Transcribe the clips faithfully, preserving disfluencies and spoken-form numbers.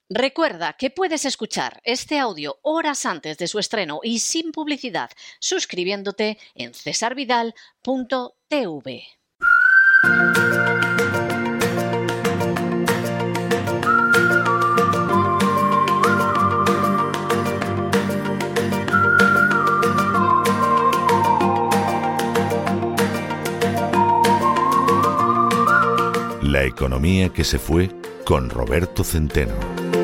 Recuerda que puedes escuchar este audio horas antes de su estreno y sin publicidad suscribiéndote en cesar vidal punto t v. La economía que se fue con Roberto Centeno.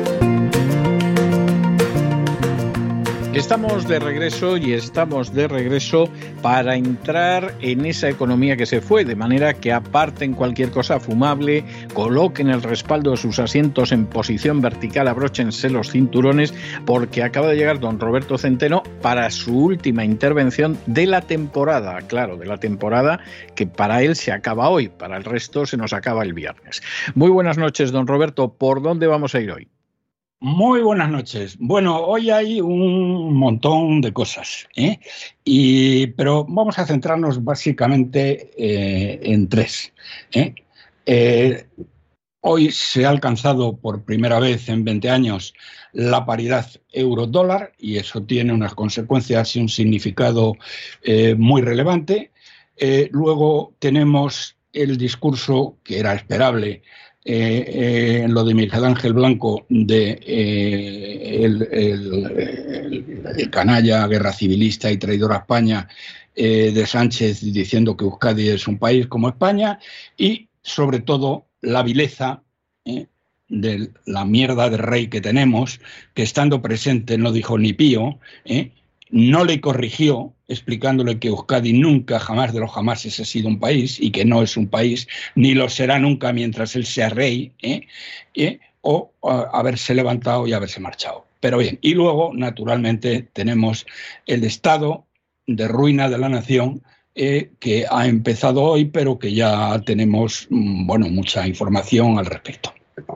Estamos de regreso y estamos de regreso para entrar en esa economía que se fue, de manera que aparten cualquier cosa fumable, coloquen el respaldo de sus asientos en posición vertical, abróchense los cinturones, porque acaba de llegar don Roberto Centeno para su última intervención de la temporada, claro, de la temporada que para él se acaba hoy, para el resto se nos acaba el viernes. Muy buenas noches, don Roberto, ¿por dónde vamos a ir hoy? Muy buenas noches. Bueno, hoy hay un montón de cosas, ¿eh? y, pero vamos a centrarnos básicamente eh, en tres. ¿eh? Eh, hoy se ha alcanzado por primera vez en veinte años la paridad euro-dólar y eso tiene unas consecuencias y un significado eh, muy relevante. Eh, luego tenemos el discurso que era esperable Eh, eh, en lo de Miguel Ángel Blanco, de eh, el, el, el, el canalla, guerra civilista y traidor a España, eh, de Sánchez, diciendo que Euskadi es un país como España, y sobre todo la vileza eh, de la mierda de rey que tenemos, que estando presente no dijo ni pío, eh, no le corrigió, explicándole que Euskadi nunca, jamás de los jamases ha sido un país y que no es un país, ni lo será nunca mientras él sea rey, ¿eh? ¿Eh? o uh, haberse levantado y haberse marchado. Pero bien, y luego, naturalmente, tenemos el estado de ruina de la nación eh, que ha empezado hoy, pero que ya tenemos, bueno, mucha información al respecto.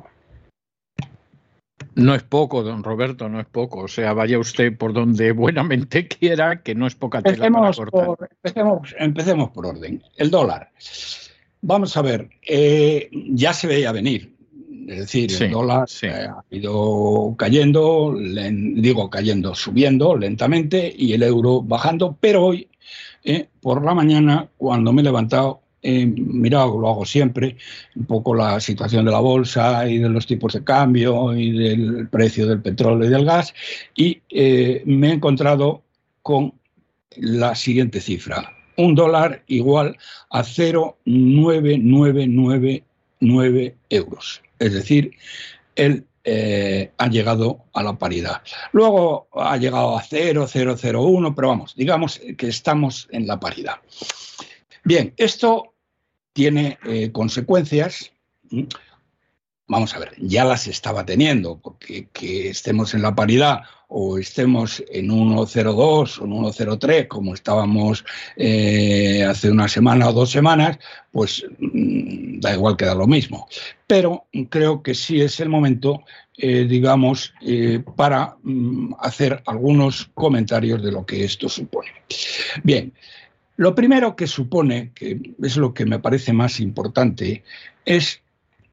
No es poco, don Roberto, no es poco. O sea, vaya usted por donde buenamente quiera, que no es poca tela empecemos para cortar. Por, empecemos, empecemos por orden. El dólar. Vamos a ver, eh, ya se veía venir. Es decir, sí, el dólar sí. eh, ha ido cayendo, le, digo cayendo, subiendo lentamente y el euro bajando, pero hoy, eh, por la mañana, cuando me he levantado, Eh, mira, lo hago siempre, un poco la situación de la bolsa y de los tipos de cambio y del precio del petróleo y del gas, y eh, me he encontrado con la siguiente cifra: un dólar igual a cero coma nueve nueve nueve nueve euros. Es decir, el Eh, ha llegado a la paridad. Luego ha llegado a cero coma cero cero uno, pero vamos, digamos que estamos en la paridad. Bien, esto tiene eh, consecuencias. Vamos a ver, ya las estaba teniendo, porque que estemos en la paridad o estemos en uno coma cero dos o en uno coma cero tres, como estábamos eh, hace una semana o dos semanas, pues mmm, da igual, que da lo mismo. Pero creo que sí es el momento, eh, digamos, eh, para mmm, hacer algunos comentarios de lo que esto supone. Bien. Lo primero que supone, que es lo que me parece más importante, es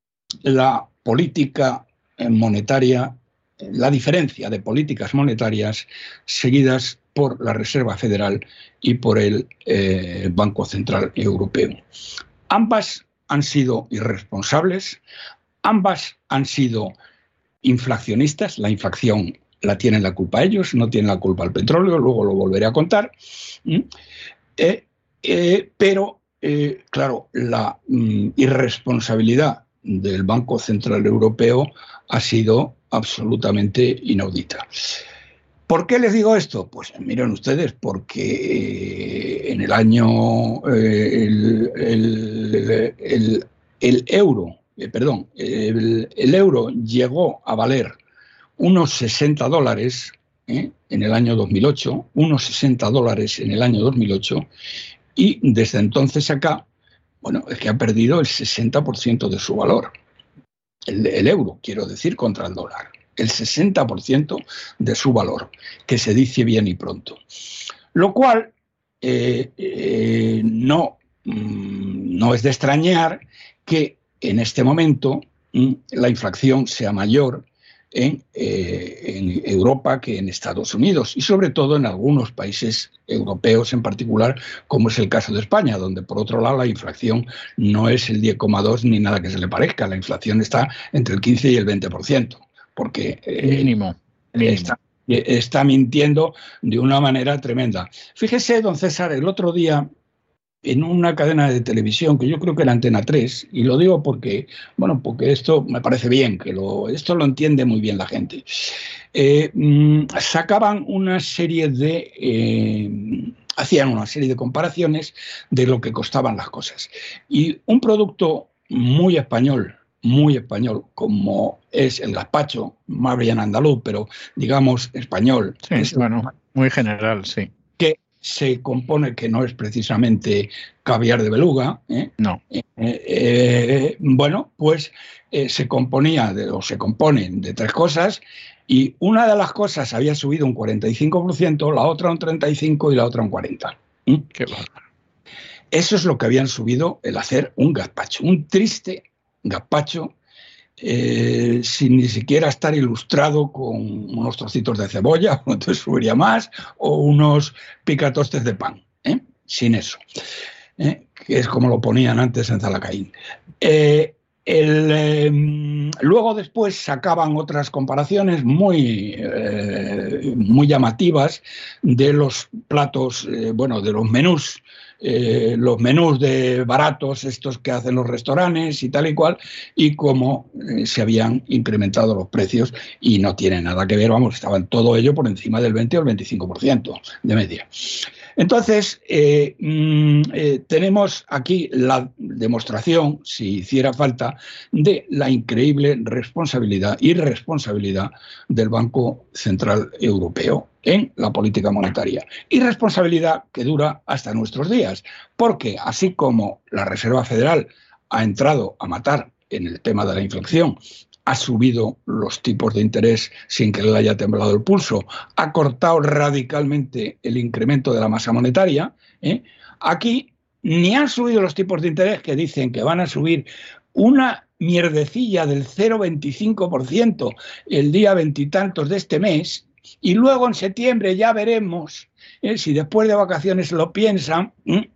la política monetaria, la diferencia de políticas monetarias seguidas por la Reserva Federal y por el eh, Banco Central Europeo. Ambas han sido irresponsables, ambas han sido inflacionistas. La inflación la tienen la culpa ellos, no tienen la culpa el petróleo, luego lo volveré a contar. ¿Mm? Eh, eh, pero, eh, claro, la mm, irresponsabilidad del Banco Central Europeo ha sido absolutamente inaudita. ¿Por qué les digo esto? Pues miren ustedes, porque eh, en el año eh, el, el, el, el euro, eh, perdón, el, el euro llegó a valer unos sesenta dólares ¿eh? en el año dos mil ocho, unos sesenta dólares en el año dos mil ocho, y desde entonces acá, bueno, es que ha perdido el sesenta por ciento de su valor. El, el euro, quiero decir, contra el dólar. El sesenta por ciento de su valor, que se dice bien y pronto. Lo cual eh, eh, no, mm, no es de extrañar que en este momento mm, la inflación sea mayor en, eh, en Europa que en Estados Unidos, y sobre todo en algunos países europeos en particular, como es el caso de España, donde por otro lado la inflación no es el diez coma dos ni nada que se le parezca, la inflación está entre el quince y el veinte por ciento, porque eh, mínimo, mínimo. Está, está mintiendo de una manera tremenda. Fíjese, don César, el otro día en una cadena de televisión, que yo creo que era Antena tres, y lo digo porque, bueno, porque esto me parece bien, que lo, esto lo entiende muy bien la gente, eh, mmm, sacaban una serie de... Eh, hacían una serie de comparaciones de lo que costaban las cosas. Y un producto muy español, muy español, como es el gazpacho, más bien andaluz, pero digamos español. Sí, es bueno, muy general, sí. Que se compone, que no es precisamente caviar de beluga, ¿eh? No. Eh, eh, bueno, pues eh, se componía de, o se componen de tres cosas, y una de las cosas había subido un cuarenta y cinco por ciento, la otra un treinta y cinco por ciento y la otra un cuarenta por ciento. ¿Mm? Qué bárbaro. Eso es lo que habían subido el hacer un gazpacho, un triste gazpacho, eh, sin ni siquiera estar ilustrado con unos trocitos de cebolla, entonces subiría más, o unos picatostes de pan, ¿eh? Sin eso, ¿eh? Que es como lo ponían antes en Zalacaín. Eh, el, eh, luego después sacaban otras comparaciones muy, eh, muy llamativas de los platos, eh, bueno, de los menús, Eh, los menús de baratos, estos que hacen los restaurantes y tal y cual, y cómo eh, se habían incrementado los precios, y no tiene nada que ver, vamos, estaban todo ello por encima del veinte o el veinticinco por ciento de media. Entonces, eh, eh, tenemos aquí la demostración, si hiciera falta, de la increíble responsabilidad, irresponsabilidad del Banco Central Europeo en la política monetaria. Irresponsabilidad que dura hasta nuestros días, porque así como la Reserva Federal ha entrado a matar en el tema de la inflación, ha subido los tipos de interés sin que le haya temblado el pulso, ha cortado radicalmente el incremento de la masa monetaria, ¿eh? Aquí ni han subido los tipos de interés, que dicen que van a subir una mierdecilla del cero coma veinticinco por ciento el día veintitantos de este mes, y luego en septiembre ya veremos, ¿eh? Si después de vacaciones lo piensan, ¿eh?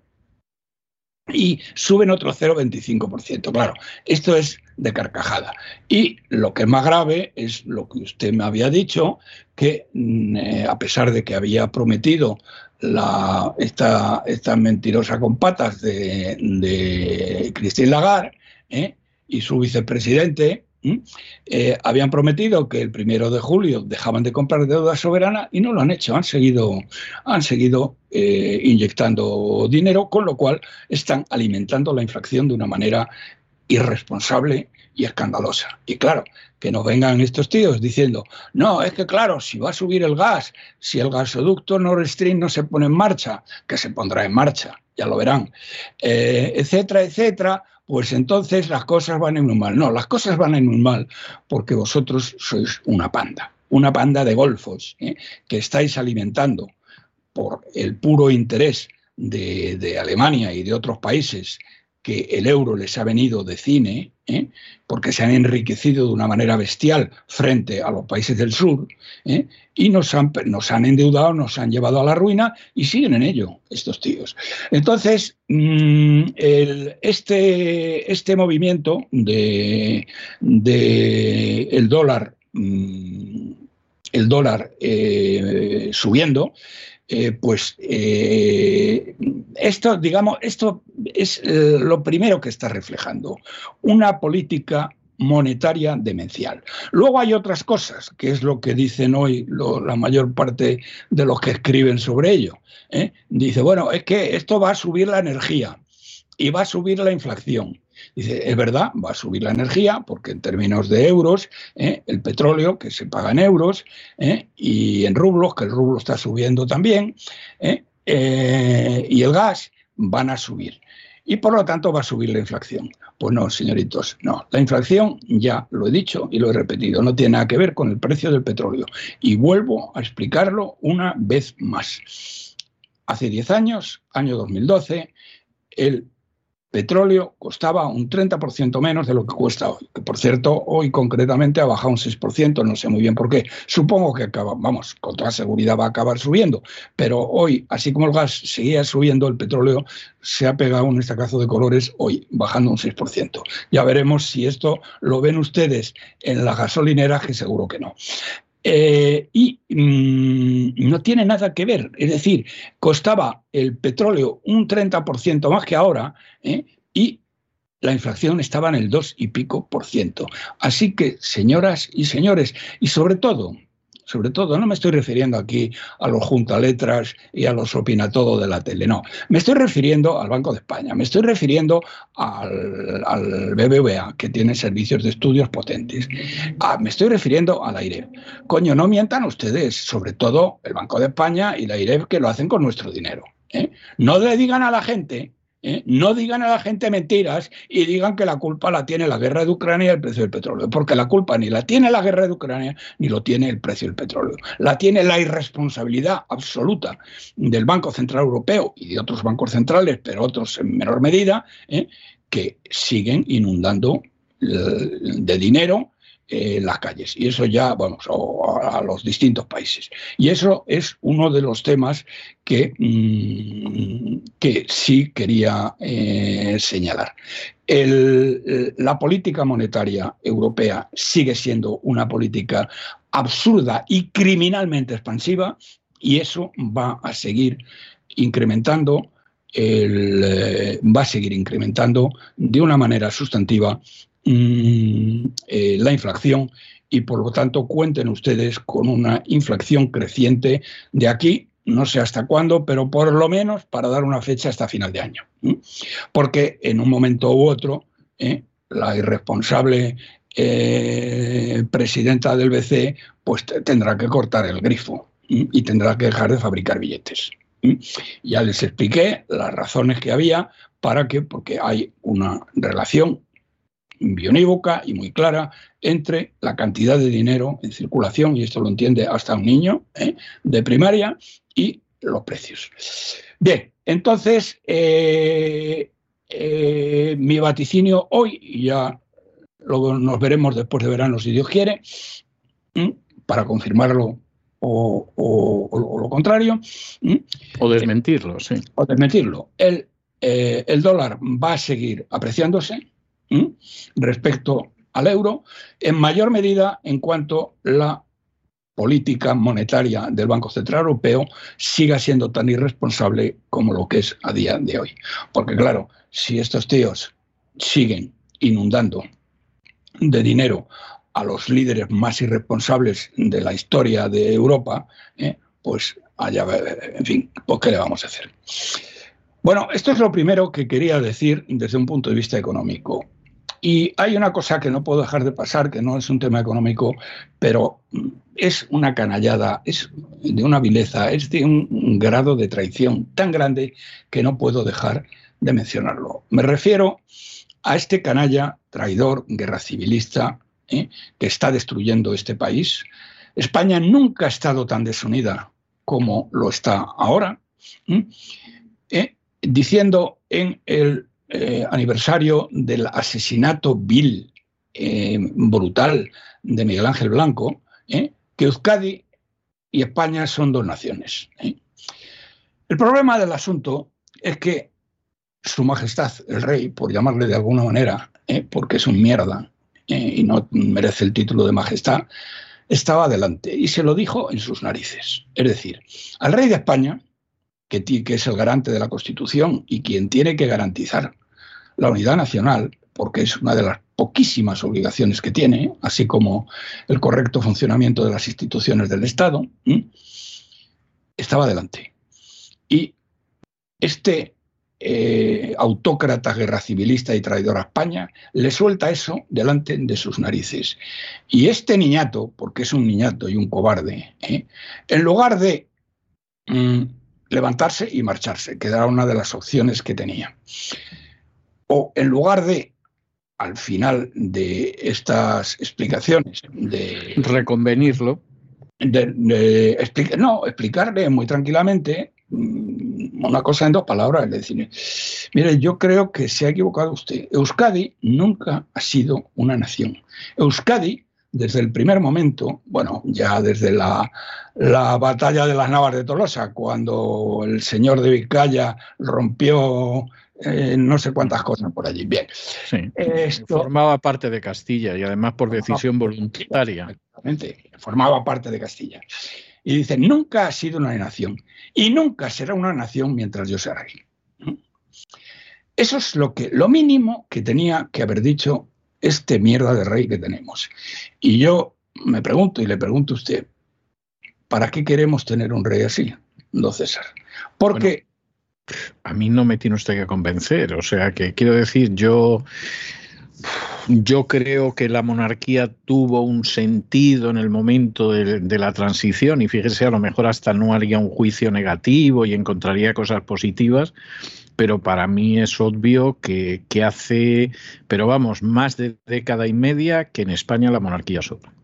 Y suben otro cero coma veinticinco por ciento. Claro, esto es de carcajada. Y lo que es más grave es lo que usted me había dicho, que eh, a pesar de que había prometido la, esta, esta mentirosa con patas de, de Christine Lagarde, ¿eh? y su vicepresidente, ¿eh? Eh, habían prometido que el primero de julio dejaban de comprar deuda soberana, y no lo han hecho, han seguido, han seguido eh, inyectando dinero, con lo cual están alimentando la inflación de una manera irresponsable y escandalosa. Y claro, que nos vengan estos tíos diciendo, no, es que claro, si va a subir el gas, si el gasoducto Nord Stream no se pone en marcha, que se pondrá en marcha, ya lo verán, eh, etcétera, etcétera, pues entonces las cosas van a ir muy mal. No, las cosas van a ir muy mal porque vosotros sois una panda, una panda de golfos, ¿eh? que estáis alimentando por el puro interés de, de Alemania y de otros países, que el euro les ha venido de cine, ¿eh? porque se han enriquecido de una manera bestial frente a los países del sur, ¿eh? y nos han, nos han endeudado, nos han llevado a la ruina, y siguen en ello estos tíos. Entonces, mmm, el, este, este movimiento de, de el dólar, mmm, el dólar eh, subiendo, Eh, pues eh, esto, digamos, esto es eh, lo primero que está reflejando una política monetaria demencial. Luego hay otras cosas, que es lo que dicen hoy lo, la mayor parte de los que escriben sobre ello, ¿eh? Dice, bueno, es que esto va a subir la energía y va a subir la inflación. Dice, es verdad, va a subir la energía, porque en términos de euros, ¿eh? el petróleo, que se paga en euros, ¿eh? y en rublos, que el rublo está subiendo también, ¿eh? Eh, y el gas van a subir. Y por lo tanto va a subir la inflación. Pues no, señoritos, no. La inflación, ya lo he dicho y lo he repetido, no tiene nada que ver con el precio del petróleo. Y vuelvo a explicarlo una vez más. Hace diez años, año dos mil doce, el petróleo costaba un treinta por ciento menos de lo que cuesta hoy. Que, por cierto, hoy concretamente ha bajado un seis por ciento, no sé muy bien por qué. Supongo que acaba, vamos, con toda seguridad va a acabar subiendo. Pero hoy, así como el gas seguía subiendo, el petróleo se ha pegado un estacazo de colores hoy, bajando un seis por ciento. Ya veremos si esto lo ven ustedes en las gasolineras, que seguro que no. Eh, y mmm, no tiene nada que ver, es decir, costaba el petróleo un treinta por ciento más que ahora, ¿eh? Y la inflación estaba en el dos y pico por ciento. Así que, señoras y señores, y sobre todo, sobre todo, no me estoy refiriendo aquí a los juntaletras y a los opinatodo de la tele, no. Me estoy refiriendo al Banco de España, me estoy refiriendo al, al B B V A, que tiene servicios de estudios potentes. Ah, me estoy refiriendo a la I R E F. Coño, no mientan ustedes, sobre todo el Banco de España y la I R E F, que lo hacen con nuestro dinero, ¿eh? No le digan a la gente... ¿Eh? No digan a la gente mentiras y digan que la culpa la tiene la guerra de Ucrania y el precio del petróleo, porque la culpa ni la tiene la guerra de Ucrania ni lo tiene el precio del petróleo. La tiene la irresponsabilidad absoluta del Banco Central Europeo y de otros bancos centrales, pero otros en menor medida, ¿eh? que siguen inundando de dinero Eh, las calles, y eso ya, vamos, o a, a los distintos países. Y eso es uno de los temas que, mmm, que sí quería eh, señalar. El, la política monetaria europea sigue siendo una política absurda y criminalmente expansiva, y eso va a seguir incrementando el, eh, va a seguir incrementando de una manera sustantiva Eh, la inflación, y por lo tanto cuenten ustedes con una inflación creciente de aquí, no sé hasta cuándo, pero por lo menos para dar una fecha hasta final de año. ¿eh? Porque en un momento u otro, ¿eh? la irresponsable eh, presidenta del B C E pues tendrá que cortar el grifo ¿eh? y tendrá que dejar de fabricar billetes. ¿eh? Ya les expliqué las razones que había para que, porque hay una relación bionívoca y muy clara entre la cantidad de dinero en circulación, y esto lo entiende hasta un niño ¿eh? de primaria, y los precios. Bien, entonces eh, eh, mi vaticinio hoy, y ya luego nos veremos después de verano si Dios quiere, ¿eh? para confirmarlo o, o, o lo contrario. ¿eh? O desmentirlo, sí. O desmentirlo. El, eh, el dólar va a seguir apreciándose respecto al euro, en mayor medida en cuanto la política monetaria del Banco Central Europeo siga siendo tan irresponsable como lo que es a día de hoy. Porque claro, si estos tíos siguen inundando de dinero a los líderes más irresponsables de la historia de Europa, eh, pues allá, en fin, pues ¿qué le vamos a hacer? Bueno, esto es lo primero que quería decir desde un punto de vista económico. Y hay una cosa que no puedo dejar de pasar, que no es un tema económico, pero es una canallada, es de una vileza, es de un grado de traición tan grande que no puedo dejar de mencionarlo. Me refiero a este canalla, traidor, guerra civilista, ¿eh? que está destruyendo este país. España nunca ha estado tan desunida como lo está ahora, ¿eh? ¿Eh? diciendo en el Eh, aniversario del asesinato vil, eh, brutal de Miguel Ángel Blanco, eh, que Euskadi y España son dos naciones. Eh. El problema del asunto es que Su Majestad, el Rey, por llamarle de alguna manera, eh, porque es un mierda eh, y no merece el título de majestad, estaba adelante y se lo dijo en sus narices. Es decir, al Rey de España, que, que es el garante de la Constitución y quien tiene que garantizar la unidad nacional, porque es una de las poquísimas obligaciones que tiene, así como el correcto funcionamiento de las instituciones del Estado, ¿eh? estaba adelante. Y este eh, autócrata, guerra civilista y traidor a España le suelta eso delante de sus narices. Y este niñato, porque es un niñato y un cobarde, ¿eh? en lugar de mmm, levantarse y marcharse, que era una de las opciones que tenía, o en lugar de, al final de estas explicaciones, de reconvenirlo, de, de explica, no, explicarle muy tranquilamente, una cosa en dos palabras, es decir, mire, yo creo que se ha equivocado usted. Euskadi nunca ha sido una nación. Euskadi, desde el primer momento, bueno, ya desde la, la batalla de las Navas de Tolosa, cuando el señor de Vizcaya rompió eh, no sé cuántas cosas por allí. Bien. Sí, esto, formaba parte de Castilla y además por decisión voluntaria. Exactamente, formaba parte de Castilla. Y dice, nunca ha sido una nación y nunca será una nación mientras yo sea rey. Eso es lo, que, lo mínimo que tenía que haber dicho este mierda de rey que tenemos. Y yo me pregunto y le pregunto a usted, ¿para qué queremos tener un rey así, don César? Porque... Bueno, a mí no me tiene usted que convencer. O sea, que quiero decir, yo... Yo creo que la monarquía tuvo un sentido en el momento de, de la transición y fíjese, a lo mejor hasta no haría un juicio negativo y encontraría cosas positivas, pero para mí es obvio que, que hace, pero vamos, más de década y media que en España la monarquía sobra.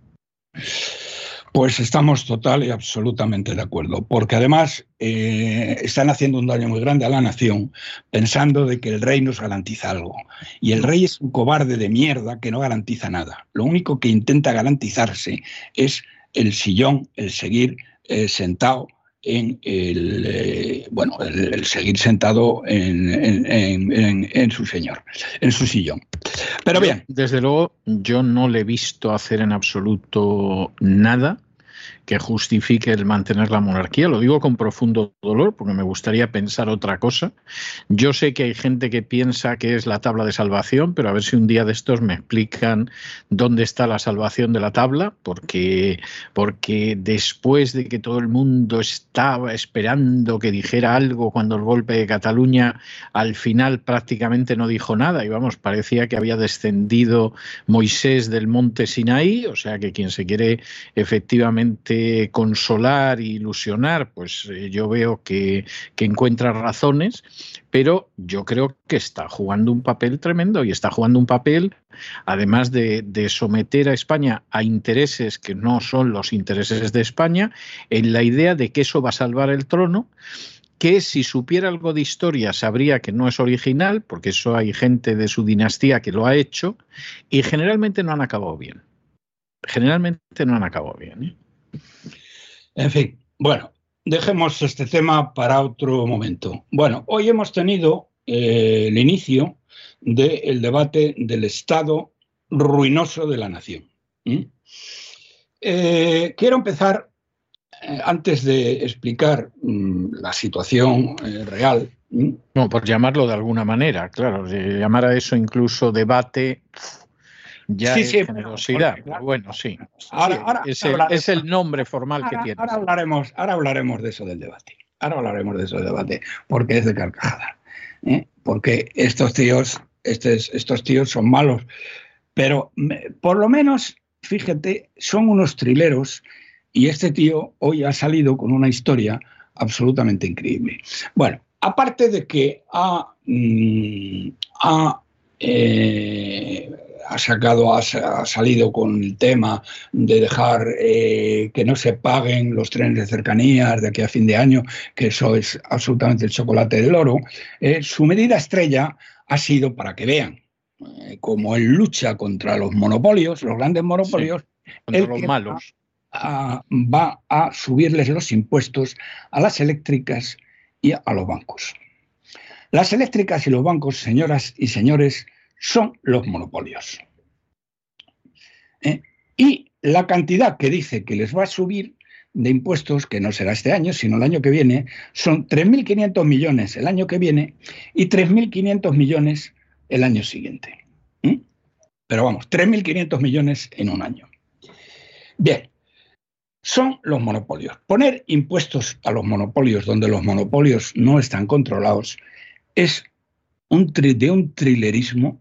Pues estamos total y absolutamente de acuerdo, porque además eh, están haciendo un daño muy grande a la nación pensando de que el rey nos garantiza algo. Y el rey es un cobarde de mierda que no garantiza nada. Lo único que intenta garantizarse es el sillón, el seguir eh, sentado en el eh, bueno, el, el seguir sentado en, en, en, en, en su señor, en su sillón. Pero bien. Desde luego, yo no le he visto hacer en absoluto nada que justifique el mantener la monarquía. Lo digo con profundo dolor porque me gustaría pensar otra cosa. Yo sé que hay gente que piensa que es la tabla de salvación, pero a ver si un día de estos me explican dónde está la salvación de la tabla, porque, porque después de que todo el mundo estaba esperando que dijera algo cuando el golpe de Cataluña, al final prácticamente no dijo nada y vamos, parecía que había descendido Moisés del monte Sinaí, o sea que quien se quiere efectivamente consolar e ilusionar, pues eh, yo veo que, que encuentra razones, pero yo creo que está jugando un papel tremendo y está jugando un papel, además de, de someter a España a intereses que no son los intereses de España, en la idea de que eso va a salvar el trono, que si supiera algo de historia sabría que no es original, porque eso hay gente de su dinastía que lo ha hecho, y generalmente no han acabado bien. Generalmente no han acabado bien, ¿eh? En fin, bueno, dejemos este tema para otro momento. Bueno, hoy hemos tenido eh, el inicio del debate del estado ruinoso de la nación. ¿Mm? Eh, quiero empezar, eh, antes de explicar mm, la situación eh, real. ¿Mm? No, por llamarlo de alguna manera, claro, de llamar a eso incluso debate... Ya sí, es sí, generosidad, porque, claro, bueno, sí. Ahora, ahora, es, el, es el nombre formal ahora, que tiene. Ahora hablaremos, ahora hablaremos de eso del debate. Ahora hablaremos de eso del debate, porque es de carcajada. ¿eh? Porque estos tíos, estos, estos tíos son malos, pero me, por lo menos, fíjate, son unos trileros y este tío hoy ha salido con una historia absolutamente increíble. Bueno, aparte de que ha... Mmm, ha eh, ha sacado, ha, ha salido con el tema de dejar eh, que no se paguen los trenes de cercanías de aquí a fin de año, que eso es absolutamente el chocolate del oro. Eh, su medida estrella ha sido, para que vean, eh, como él lucha contra los monopolios, los grandes monopolios, sí, contra los malos. Va a, va a subirles los impuestos a las eléctricas y a los bancos. Las eléctricas y los bancos, señoras y señores, son los monopolios. ¿Eh? Y la cantidad que dice que les va a subir de impuestos, que no será este año, sino el año que viene, son tres mil quinientos millones el año que viene y tres mil quinientos millones el año siguiente. ¿Eh? Pero vamos, tres mil quinientos millones en un año. Bien, son los monopolios. Poner impuestos a los monopolios donde los monopolios no están controlados es un tri- de un trilerismo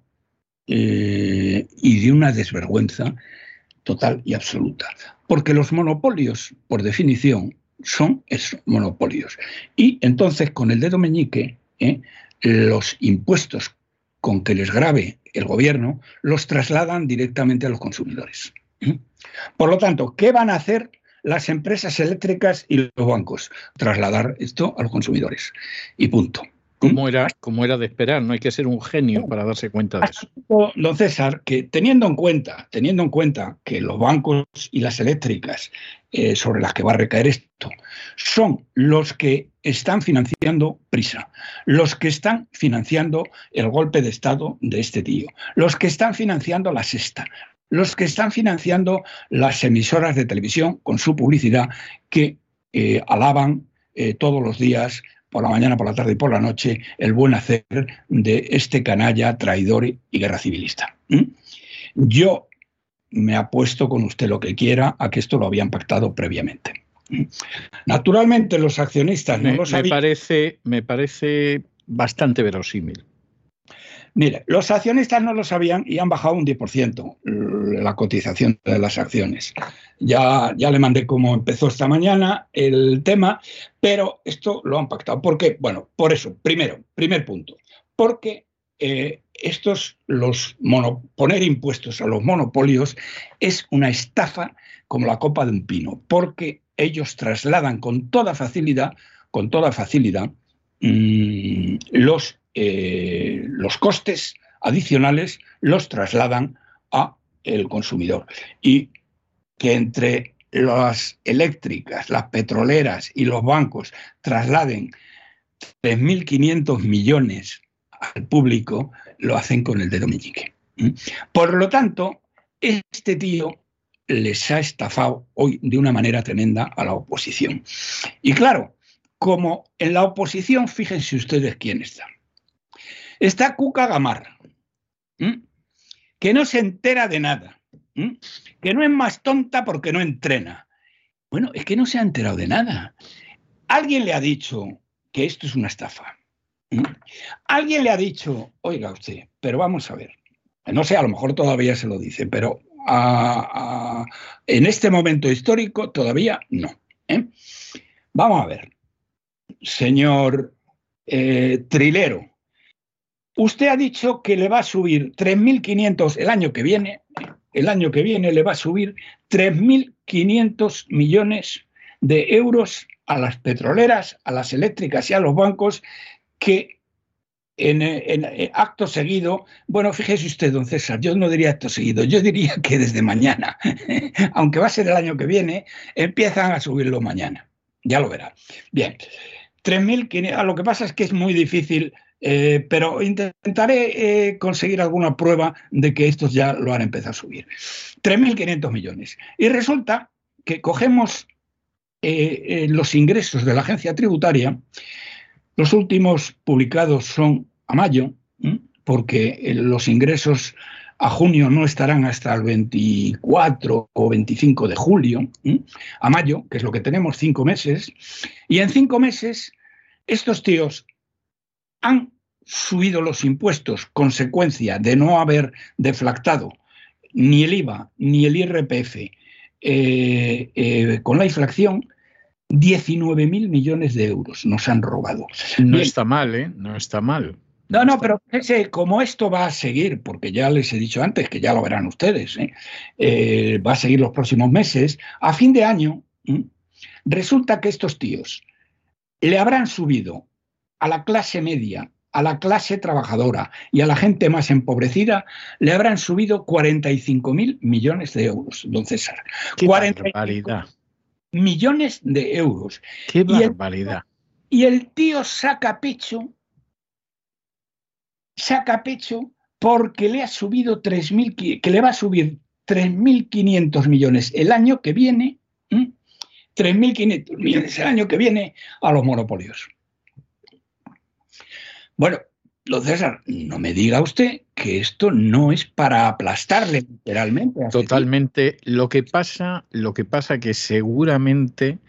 Eh, y de una desvergüenza total y absoluta. Porque los monopolios, por definición, son esos monopolios. Y entonces, con el dedo meñique, eh, los impuestos con que les grave el gobierno los trasladan directamente a los consumidores. ¿eh? Por lo tanto, ¿qué van a hacer las empresas eléctricas y los bancos. Trasladar esto a los consumidores. Y punto. Como era, como era de esperar, no hay que ser un genio para darse cuenta de eso. Don César, que teniendo en cuenta, teniendo en cuenta que los bancos y las eléctricas eh, sobre las que va a recaer esto son los que están financiando Prisa, los que están financiando el golpe de Estado de este tío, los que están financiando La Sexta, los que están financiando las emisoras de televisión con su publicidad que eh, alaban eh, todos los días, por la mañana, por la tarde y por la noche, el buen hacer de este canalla, traidor y guerra civilista. ¿Mm? Yo me apuesto con usted lo que quiera a que esto lo habían pactado previamente. ¿Mm? Naturalmente los accionistas me, no lo sabían. Me parece, me parece bastante verosímil. Mire, los accionistas no lo sabían y han bajado un diez por ciento la cotización de las acciones. Ya, ya le mandé cómo empezó esta mañana el tema, pero esto lo han pactado. ¿Por qué? Bueno, por eso, primero, primer punto, porque eh, estos, los mono, poner impuestos a los monopolios es una estafa como la copa de un pino, porque ellos trasladan con toda facilidad, con toda facilidad, mmm, los Eh, los costes adicionales los trasladan a el consumidor. Y que entre las eléctricas, las petroleras y los bancos trasladen tres mil quinientos millones al público, lo hacen con el dedo meñique. Por lo tanto, este tío les ha estafado hoy de una manera tremenda a la oposición. Y claro, como en la oposición, fíjense ustedes quién está. Está Cuca Gamarra, ¿m? que no se entera de nada, ¿m? que no es más tonta porque no entrena. Bueno, es que no se ha enterado de nada. Alguien le ha dicho que esto es una estafa. ¿m? Alguien le ha dicho, oiga usted, pero vamos a ver, no sé, a lo mejor todavía se lo dice, pero a, a, en este momento histórico todavía no. ¿eh? Vamos a ver, señor eh, Trilero. Usted ha dicho que le va a subir tres mil quinientos el año que viene, el año que viene le va a subir tres mil quinientos millones de euros a las petroleras, a las eléctricas y a los bancos que en, en, en acto seguido, bueno, fíjese usted, don César, yo no diría acto seguido, yo diría que desde mañana, aunque va a ser el año que viene, empiezan a subirlo mañana, ya lo verá. Bien, tres mil quinientos, lo que pasa es que es muy difícil. Eh, pero intentaré eh, conseguir alguna prueba de que estos ya lo han empezado a subir. tres mil quinientos millones. Y resulta que cogemos eh, eh, los ingresos de la agencia tributaria, los últimos publicados son a mayo, ¿eh? porque eh, los ingresos a junio no estarán hasta el veinticuatro o veinticinco de julio, ¿eh? a mayo, que es lo que tenemos, cinco meses, y en cinco meses estos tíos han subido los impuestos, consecuencia de no haber deflactado ni el I V A ni el I R P F eh, eh, con la inflación, diecinueve mil millones de euros nos han robado. No Bien. está mal, ¿eh? No está mal. No, no, pero fíjese, como esto va a seguir, porque ya les he dicho antes, que ya lo verán ustedes, ¿eh? Eh, va a seguir los próximos meses, a fin de año, ¿eh? resulta que estos tíos le habrán subido a la clase media, a la clase trabajadora y a la gente más empobrecida, le habrán subido cuarenta y cinco mil millones de euros, don César. ¡Qué barbaridad! Millones de euros. ¡Qué barbaridad! Y el, y el tío saca pecho, saca pecho porque le ha subido tres mil, que le va a subir tres mil quinientos millones el año que viene, ¿eh? tres mil quinientos millones el año que viene a los monopolios. Bueno, don César, no me diga usted que esto no es para aplastarle literalmente. Totalmente. Lo que pasa, lo que pasa que seguramente,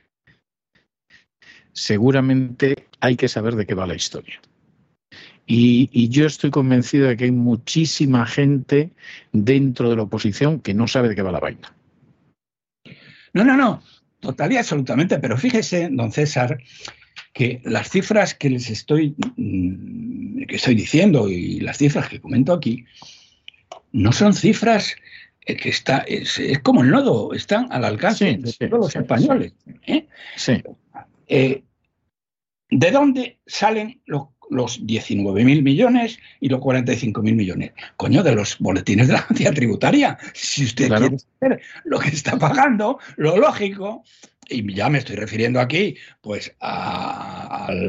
seguramente hay que saber de qué va la historia. Y, y yo estoy convencido de que hay muchísima gente dentro de la oposición que no sabe de qué va la vaina. No, no, no, total y absolutamente. Pero fíjese, don César, que las cifras que les estoy, que estoy diciendo y las cifras que comento aquí no son cifras es que está, es, es como el nodo, están al alcance sí, de sí, todos los sí, españoles. ¿eh? Sí. Eh, ¿De dónde salen los, los diecinueve mil millones y los cuarenta y cinco mil millones? Coño, de los boletines de la agencia tributaria. Si usted claro. quiere saber lo que está pagando, lo lógico, y ya me estoy refiriendo aquí pues a, a,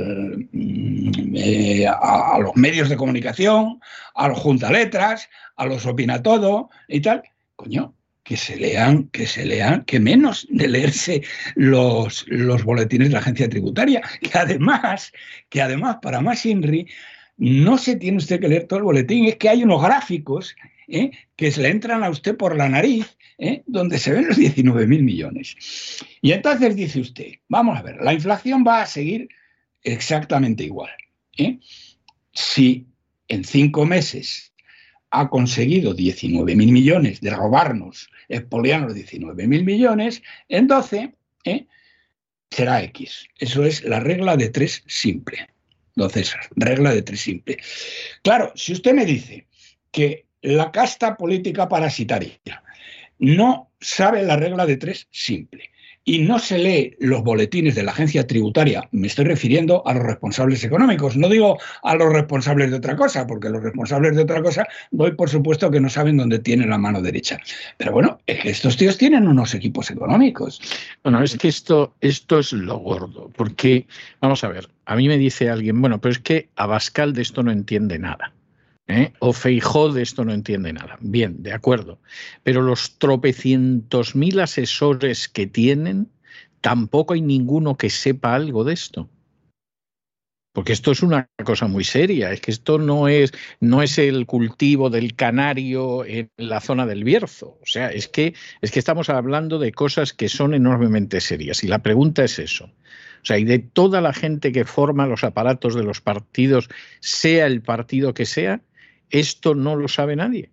eh, a, a los medios de comunicación, a los juntaletras, a los opina todo y tal, coño, que se lean, que se lean, que menos de leerse los, los boletines de la agencia tributaria, que además, que además, para más Inri, no se tiene usted que leer todo el boletín, es que hay unos gráficos ¿eh? que se le entran a usted por la nariz, ¿eh? donde se ven los diecinueve mil millones. Y entonces dice usted, vamos a ver, la inflación va a seguir exactamente igual. ¿eh? Si en cinco meses ha conseguido diecinueve mil millones de robarnos, expoliarnos diecinueve mil millones, en doce ¿eh? será X. Eso es la regla de tres simple. Don César, regla de tres simple. Claro, si usted me dice que la casta política parasitaria no sabe la regla de tres simple y no se lee los boletines de la agencia tributaria, me estoy refiriendo a los responsables económicos, no digo a los responsables de otra cosa, porque los responsables de otra cosa doy por supuesto que no saben dónde tienen la mano derecha. Pero bueno, es que estos tíos tienen unos equipos económicos. Bueno, es que esto, esto es lo gordo, porque, vamos a ver, a mí me dice alguien, bueno, pero es que Abascal de esto no entiende nada. ¿Eh? O Feijóo de esto no entiende nada. Bien, de acuerdo. Pero los tropecientos mil asesores que tienen, tampoco hay ninguno que sepa algo de esto. Porque esto es una cosa muy seria. Es que esto no es, no es el cultivo del canario en la zona del Bierzo. O sea, es que, es que estamos hablando de cosas que son enormemente serias. Y la pregunta es eso. O sea, y de toda la gente que forma los aparatos de los partidos, sea el partido que sea, esto no lo sabe nadie.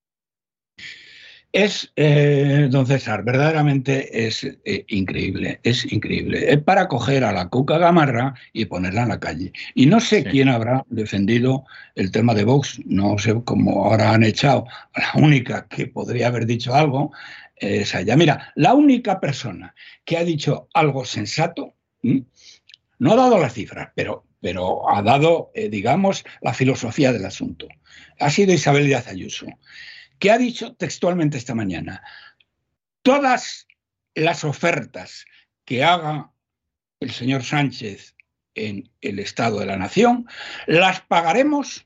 Es, eh, don César, verdaderamente es eh, increíble, es increíble. Es para coger a la cuca gamarra y ponerla en la calle. Y no sé sí. quién habrá defendido el tema de Vox, no sé cómo ahora han echado a la única que podría haber dicho algo, es allá. Mira, la única persona que ha dicho algo sensato, ¿sí? no ha dado las cifras, pero, pero ha dado, eh, digamos, la filosofía del asunto. Ha sido Isabel Díaz Ayuso, que ha dicho textualmente esta mañana, todas las ofertas que haga el señor Sánchez en el Estado de la Nación, las pagaremos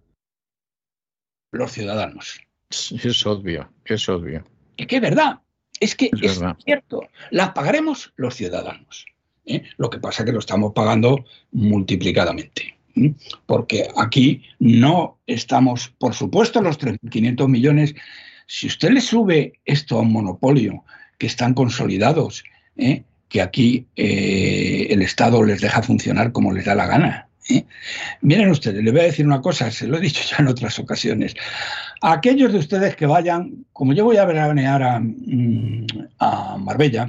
los ciudadanos. Es obvio, es obvio. Es que es verdad, es que es, es cierto, las pagaremos los ciudadanos. ¿eh? Lo que pasa es que lo estamos pagando multiplicadamente. Porque aquí no estamos, por supuesto, los tres mil quinientos millones. Si usted le sube esto a un monopolio que están consolidados, ¿eh? que aquí eh, el Estado les deja funcionar como les da la gana. ¿eh? Miren ustedes, les voy a decir una cosa, se lo he dicho ya en otras ocasiones. A aquellos de ustedes que vayan, como yo voy a veranear a, a Marbella,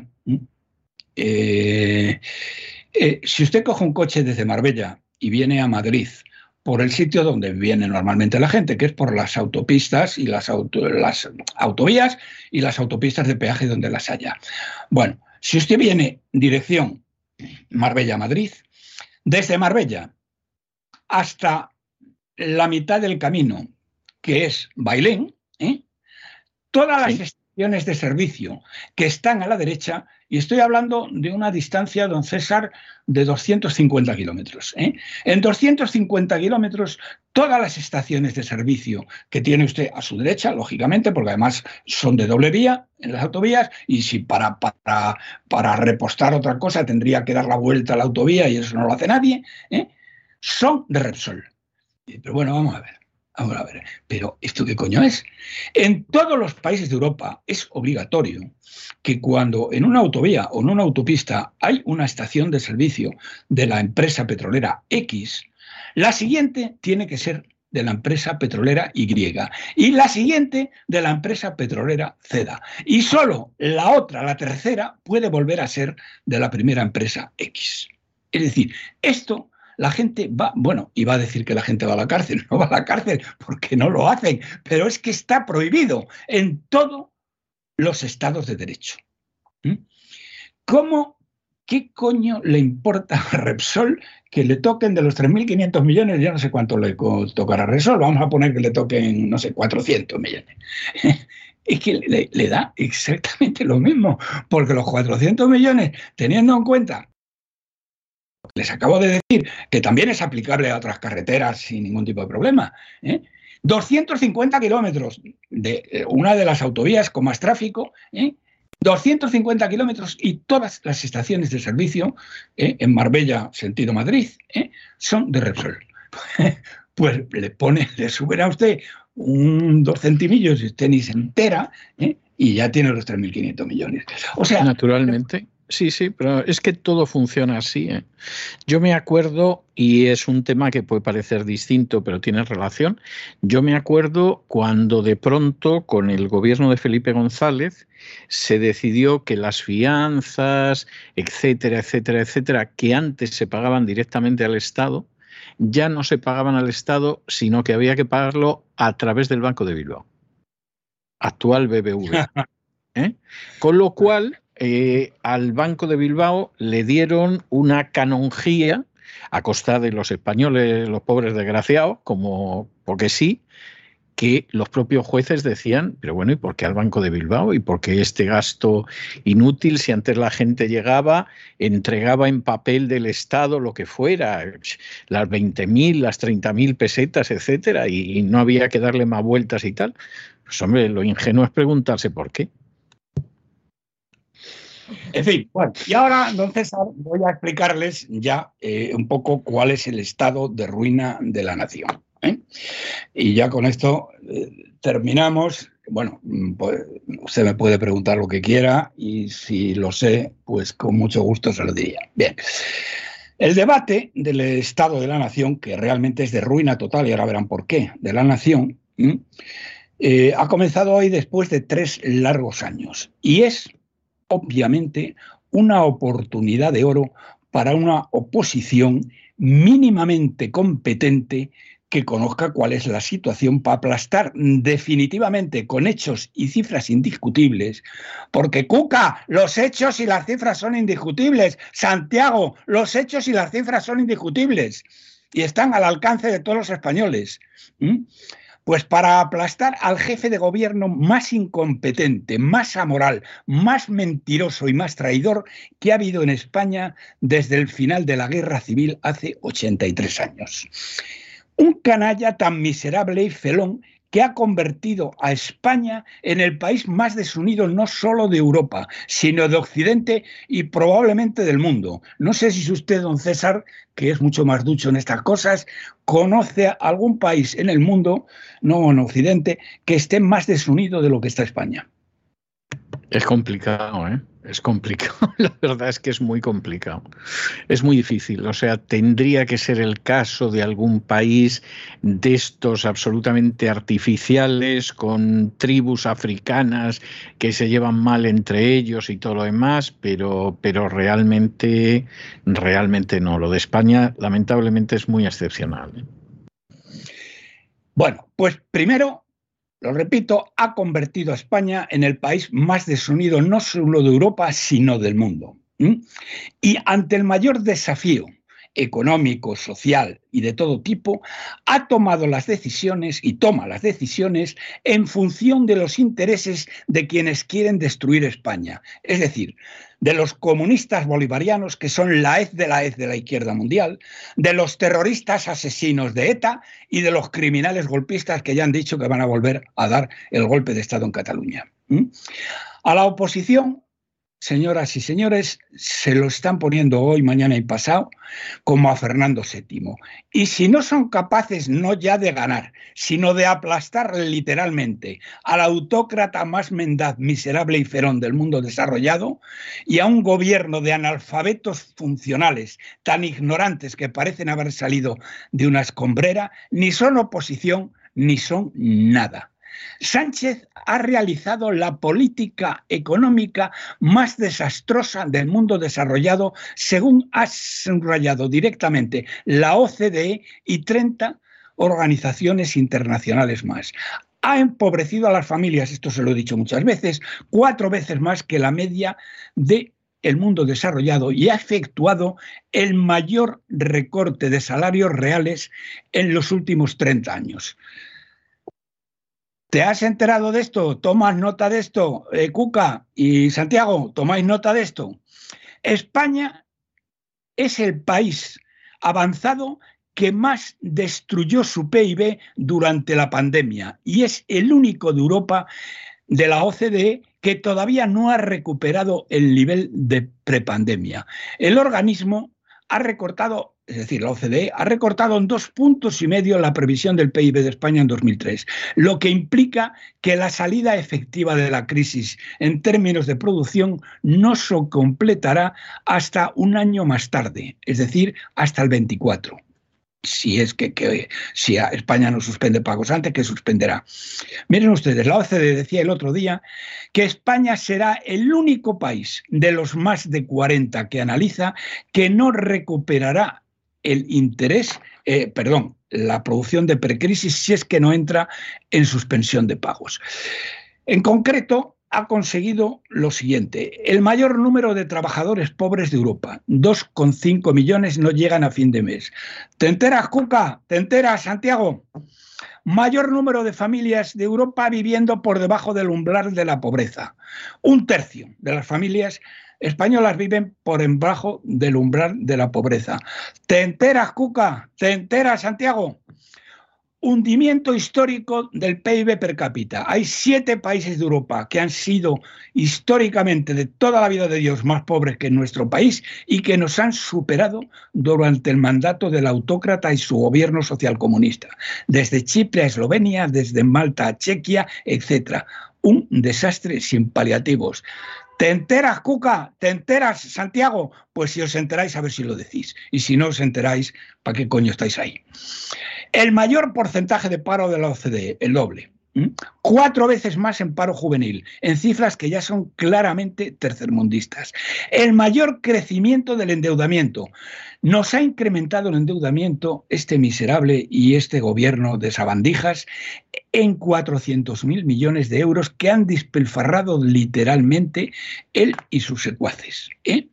eh, eh, si usted coge un coche desde Marbella y viene a Madrid por el sitio donde viene normalmente la gente, que es por las autopistas y las, auto, las autovías y las autopistas de peaje donde las haya. Bueno, si usted viene dirección Marbella-Madrid, desde Marbella hasta la mitad del camino, que es Bailén, ¿eh? todas las sí. estaciones de servicio que están a la derecha, y estoy hablando de una distancia, don César, de doscientos cincuenta kilómetros. ¿eh? En doscientos cincuenta kilómetros, todas las estaciones de servicio que tiene usted a su derecha, lógicamente, porque además son de doble vía en las autovías, y si para, para, para repostar otra cosa tendría que dar la vuelta a la autovía, y eso no lo hace nadie, ¿eh? son de Repsol. Pero bueno, vamos a ver. Ahora, a ver, pero ¿esto qué coño es? En todos los países de Europa es obligatorio que cuando en una autovía o en una autopista hay una estación de servicio de la empresa petrolera X, la siguiente tiene que ser de la empresa petrolera Y y la siguiente de la empresa petrolera Z. Y solo la otra, la tercera, puede volver a ser de la primera empresa X. Es decir, esto... La gente va, bueno, iba a decir que la gente va a la cárcel, no va a la cárcel porque no lo hacen, pero es que está prohibido en todo los estados de derecho. ¿Mm? ¿Cómo, qué coño le importa a Repsol que le toquen de los tres mil quinientos millones? Yo no sé cuánto le tocará a Repsol, vamos a poner que le toquen, no sé, cuatrocientos millones. Es que le, le da exactamente lo mismo, porque los cuatrocientos millones, teniendo en cuenta, les acabo de decir, que también es aplicable a otras carreteras sin ningún tipo de problema, ¿eh? doscientos cincuenta kilómetros de una de las autovías con más tráfico, ¿eh? doscientos cincuenta kilómetros y todas las estaciones de servicio, ¿eh? en Marbella, sentido Madrid, ¿eh? son de Repsol. Pues le pone, le suben a usted un dos centimillos y usted ni se entera, ¿eh? y ya tiene los tres mil quinientos millones. O sea, naturalmente. Sí, sí, pero es que todo funciona así, ¿eh? Yo me acuerdo, y es un tema que puede parecer distinto, pero tiene relación, yo me acuerdo cuando de pronto con el gobierno de Felipe González se decidió que las fianzas, etcétera, etcétera, etcétera, que antes se pagaban directamente al Estado, ya no se pagaban al Estado, sino que había que pagarlo a través del Banco de Bilbao, actual B B V. ¿Eh? Con lo cual, eh, al Banco de Bilbao le dieron una canonjía a costa de los españoles, los pobres desgraciados, como porque sí, que los propios jueces decían, pero bueno, ¿y por qué al Banco de Bilbao? ¿Y por qué este gasto inútil si antes la gente llegaba, entregaba en papel del Estado lo que fuera, las veinte mil, las treinta mil pesetas, etcétera, y, y no había que darle más vueltas y tal? Pues hombre, lo ingenuo es preguntarse por qué. En fin, bueno, y ahora, don César, voy a explicarles ya eh, un poco cuál es el estado de ruina de la nación, ¿eh? Y ya con esto eh, terminamos. Bueno, pues usted me puede preguntar lo que quiera y si lo sé, pues con mucho gusto se lo diría. Bien, el debate del estado de la nación, que realmente es de ruina total, y ahora verán por qué, de la nación, ¿eh? Eh, ha comenzado hoy después de tres largos años y es obviamente una oportunidad de oro para una oposición mínimamente competente que conozca cuál es la situación para aplastar definitivamente con hechos y cifras indiscutibles, porque Cuca, los hechos y las cifras son indiscutibles. Santiago, los hechos y las cifras son indiscutibles y están al alcance de todos los españoles. ¿Mm? Pues para aplastar al jefe de gobierno más incompetente, más amoral, más mentiroso y más traidor que ha habido en España desde el final de la Guerra Civil hace ochenta y tres años. Un canalla tan miserable y felón que ha convertido a España en el país más desunido no solo de Europa, sino de Occidente y probablemente del mundo. No sé si usted, don César, que es mucho más ducho en estas cosas, conoce algún país en el mundo, no en Occidente, que esté más desunido de lo que está España. Es complicado, ¿eh? Es complicado. La verdad es que es muy complicado. Es muy difícil. O sea, tendría que ser el caso de algún país de estos absolutamente artificiales, con tribus africanas que se llevan mal entre ellos y todo lo demás, pero, pero realmente, realmente no. Lo de España, lamentablemente, es muy excepcional, ¿eh? Bueno, pues primero, lo repito, ha convertido a España en el país más desunido no solo de Europa, sino del mundo. ¿Mm? Y ante el mayor desafío económico, social y de todo tipo, ha tomado las decisiones y toma las decisiones en función de los intereses de quienes quieren destruir España. Es decir, de los comunistas bolivarianos, que son la hez de la hez de la izquierda mundial, de los terroristas asesinos de ETA y de los criminales golpistas que ya han dicho que van a volver a dar el golpe de Estado en Cataluña. ¿Mm? A la oposición, señoras y señores, se lo están poniendo hoy, mañana y pasado como a Fernando séptimo. Y si no son capaces no ya de ganar, sino de aplastar literalmente al autócrata más mendaz, miserable y ferón del mundo desarrollado y a un gobierno de analfabetos funcionales tan ignorantes que parecen haber salido de una escombrera, ni son oposición ni son nada. Sánchez ha realizado la política económica más desastrosa del mundo desarrollado, según ha subrayado directamente la O C D E y treinta organizaciones internacionales más. ha empobrecido a las familias, esto se lo he dicho muchas veces, cuatro veces más que la media del mundo desarrollado y ha efectuado el mayor recorte de salarios reales en los últimos treinta años. ¿Te has enterado de esto? ¿Tomas nota de esto? Eh, Cuca y Santiago, ¿tomáis nota de esto? España es el país avanzado que más destruyó su P I B durante la pandemia y es el único de Europa, de la O C D E, que todavía no ha recuperado el nivel de prepandemia. El organismo ha recortado, es decir, la O C D E ha recortado en dos puntos y medio la previsión del P I B de España en dos mil tres, lo que implica que la salida efectiva de la crisis en términos de producción no se completará hasta un año más tarde, es decir, hasta el veinticuatro. Si es que, que si España no suspende pagos antes, que suspenderá. Miren ustedes, la O C D E decía el otro día que España será el único país de los más de cuarenta que analiza que no recuperará el interés, eh, perdón, la producción de precrisis si es que no entra en suspensión de pagos. En concreto, ha conseguido lo siguiente: el mayor número de trabajadores pobres de Europa, dos coma cinco millones, no llegan a fin de mes. ¿Te enteras, Cuca? ¿Te enteras, Santiago? Mayor número de familias de Europa viviendo por debajo del umbral de la pobreza. Un tercio de las familias españolas viven por debajo del umbral de la pobreza. ¿Te enteras, Cuca? ¿Te enteras, Santiago? Hundimiento histórico del P I B per cápita. Hay siete países de Europa que han sido históricamente de toda la vida de Dios más pobres que nuestro país y que nos han superado durante el mandato del autócrata y su gobierno socialcomunista. Desde Chipre a Eslovenia, desde Malta a Chequia, etcétera. Un desastre sin paliativos. ¿Te enteras, Cuca? ¿Te enteras, Santiago? Pues si os enteráis, a ver si lo decís. Y si no os enteráis, ¿para qué coño estáis ahí? El mayor porcentaje de paro de la O C D E, el doble. ¿Mm? Cuatro veces más en paro juvenil, en cifras que ya son claramente tercermundistas. El mayor crecimiento del endeudamiento. Nos ha incrementado el endeudamiento este miserable y este gobierno de sabandijas en cuatrocientos mil millones de euros que han despilfarrado literalmente él y sus secuaces. ¿eh?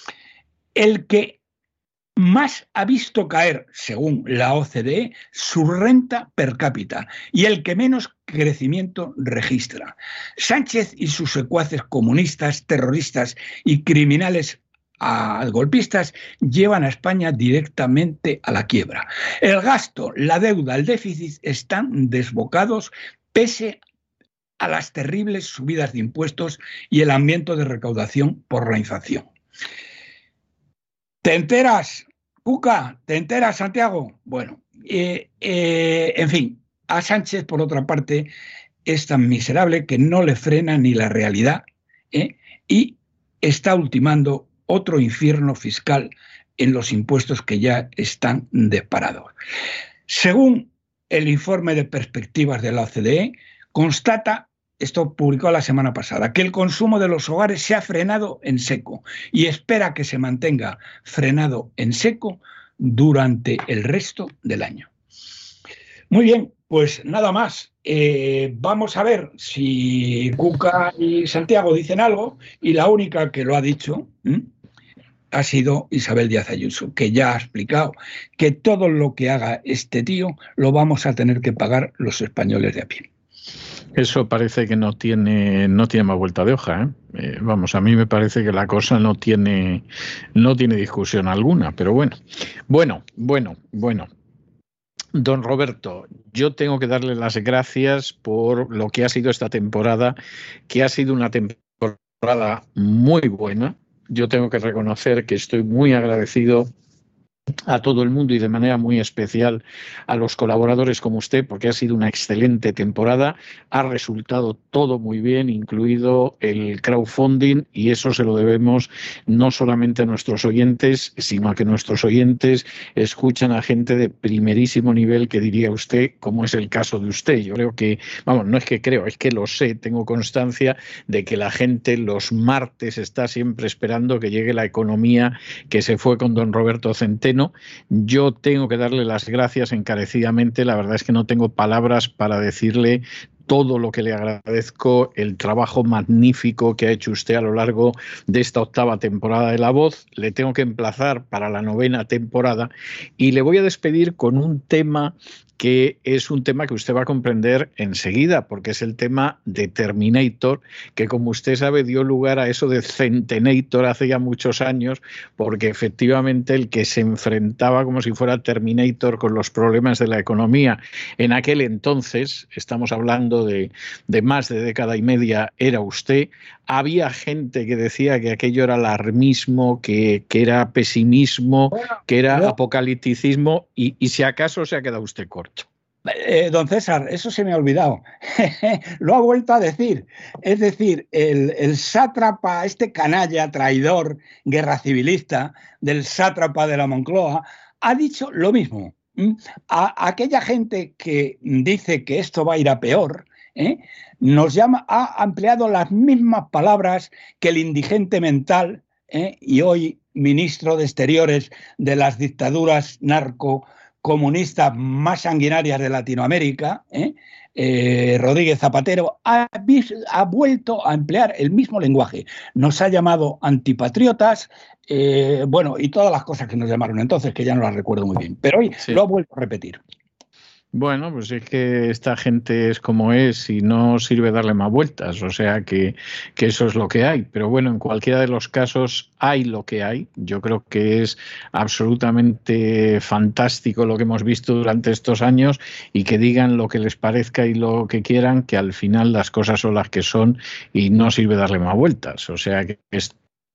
El que más ha visto caer, según la O C D E, su renta per cápita y el que menos crecimiento registra. Sánchez y sus secuaces comunistas, terroristas y criminales a golpistas llevan a España directamente a la quiebra. El gasto, la deuda, el déficit están desbocados pese a las terribles subidas de impuestos y el aumento de recaudación por la inflación. ¿Te enteras, Cuca? ¿Te enteras, Santiago? Bueno, eh, eh, en fin, a Sánchez, por otra parte, es tan miserable que no le frena ni la realidad ¿eh? y está ultimando otro infierno fiscal en los impuestos que ya están disparados. Según el informe de perspectivas de la O C D E, constata, esto publicó la semana pasada, que el consumo de los hogares se ha frenado en seco y espera que se mantenga frenado en seco durante el resto del año. Muy bien, pues nada más. Eh, vamos a ver si Cuca y Santiago dicen algo, y la única que lo ha dicho ¿eh? ha sido Isabel Díaz Ayuso, que ya ha explicado que todo lo que haga este tío lo vamos a tener que pagar los españoles de a pie. Eso parece que no tiene no tiene más vuelta de hoja, ¿eh? Eh, vamos, a mí me parece que la cosa no tiene no tiene discusión alguna, pero bueno, bueno, bueno, bueno. Don Roberto, yo tengo que darle las gracias por lo que ha sido esta temporada, que ha sido una temporada muy buena. Yo tengo que reconocer que estoy muy agradecido a todo el mundo y de manera muy especial a los colaboradores como usted, porque ha sido una excelente temporada, ha resultado todo muy bien, incluido el crowdfunding, y eso se lo debemos no solamente a nuestros oyentes, sino a que nuestros oyentes escuchan a gente de primerísimo nivel, que diría usted, como es el caso de usted. Yo creo que, vamos, no es que creo, es que lo sé, tengo constancia de que la gente los martes está siempre esperando que llegue la economía que se fue con don Roberto Centeno. Yo tengo que darle las gracias encarecidamente, la verdad es que no tengo palabras para decirle todo lo que le agradezco, el trabajo magnífico que ha hecho usted a lo largo de esta octava temporada de La Voz. Le tengo que emplazar para la novena temporada y le voy a despedir con un tema que es un tema que usted va a comprender enseguida, porque es el tema de Terminator, que como usted sabe dio lugar a eso de Centenator hace ya muchos años, porque efectivamente el que se enfrentaba como si fuera Terminator con los problemas de la economía en aquel entonces, estamos hablando de, de más de década y media, era usted. Había gente que decía que aquello era alarmismo, que, que era pesimismo, que era apocalipticismo, y, y si acaso se ha quedado usted corto. Eh, don César, eso se me ha olvidado. Lo ha vuelto a decir. Es decir, el, el sátrapa, este canalla, traidor, guerra civilista, del sátrapa de la Moncloa, ha dicho lo mismo. A, a aquella gente que dice que esto va a ir a peor, ¿eh? nos llama, ha empleado las mismas palabras que el indigente mental, ¿eh? y hoy ministro de Exteriores de las dictaduras narco comunistas más sanguinarias de Latinoamérica, ¿eh? Eh, Rodríguez Zapatero, ha, ha vuelto a emplear el mismo lenguaje. Nos ha llamado antipatriotas, eh, bueno, y todas las cosas que nos llamaron entonces, que ya no las recuerdo muy bien, pero hoy sí lo ha vuelto a repetir. Bueno, pues es que esta gente es como es y no sirve darle más vueltas, o sea que, que eso es lo que hay. Pero bueno, en cualquiera de los casos hay lo que hay. Yo creo que es absolutamente fantástico lo que hemos visto durante estos años y que digan lo que les parezca y lo que quieran, que al final las cosas son las que son y no sirve darle más vueltas. O sea que es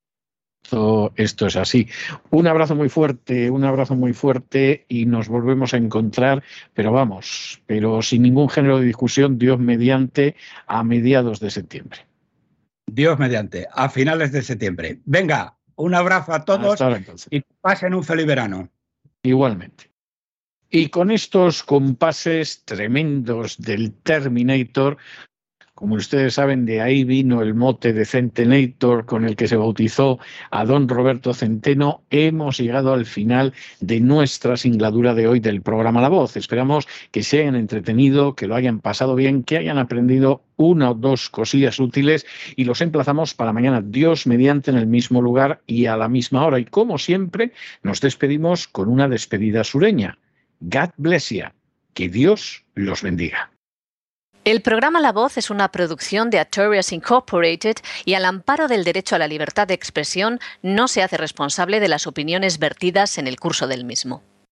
Esto, esto es así. Un abrazo muy fuerte, un abrazo muy fuerte y nos volvemos a encontrar, pero vamos, pero sin ningún género de discusión, Dios mediante, a mediados de septiembre. Dios mediante, a finales de septiembre. Venga, un abrazo a todos y pasen un feliz verano. Igualmente. Y con estos compases tremendos del Terminator, como ustedes saben, de ahí vino el mote de Centenator con el que se bautizó a don Roberto Centeno. Hemos llegado al final de nuestra singladura de hoy del programa La Voz. Esperamos que se hayan entretenido, que lo hayan pasado bien, que hayan aprendido una o dos cosillas útiles y los emplazamos para mañana, Dios mediante, en el mismo lugar y a la misma hora. Y como siempre, nos despedimos con una despedida sureña. God bless you. Que Dios los bendiga. El programa La Voz es una producción de Artorias Incorporated y al amparo del derecho a la libertad de expresión no se hace responsable de las opiniones vertidas en el curso del mismo.